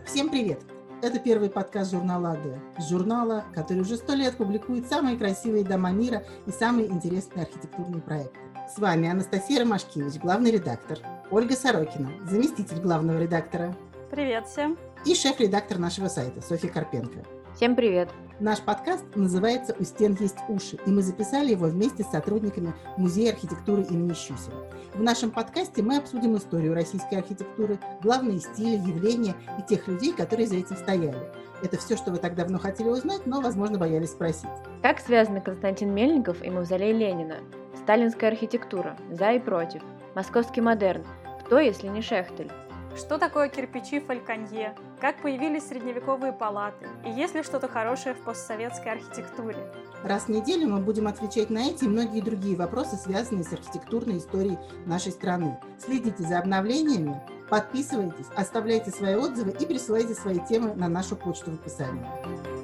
Всем привет! Это первый подкаст журнала «АД», журнала, который уже 100 лет публикует самые красивые дома мира и самые интересные архитектурные проекты. С вами Анастасия Ромашкевич, главный редактор, Ольга Сорокина, заместитель главного редактора. Привет всем! И шеф-редактор нашего сайта Софья Карпенко. Всем привет! Наш подкаст называется «У стен есть уши», и мы записали его вместе с сотрудниками Музея архитектуры имени Щусева. В нашем подкасте мы обсудим историю российской архитектуры, главные стили, явления и тех людей, которые за этим стояли. Это все, что вы так давно хотели узнать, но, возможно, боялись спросить. Как связаны Константин Мельников и мавзолей Ленина? Сталинская архитектура, за и против, московский модерн, кто, если не Шехтель? Что такое кирпичи Фальконье? Как появились средневековые палаты? И есть ли что-то хорошее в постсоветской архитектуре? Раз в неделю мы будем отвечать на эти и многие другие вопросы, связанные с архитектурной историей нашей страны. Следите за обновлениями, подписывайтесь, оставляйте свои отзывы и присылайте свои темы на нашу почту в описании.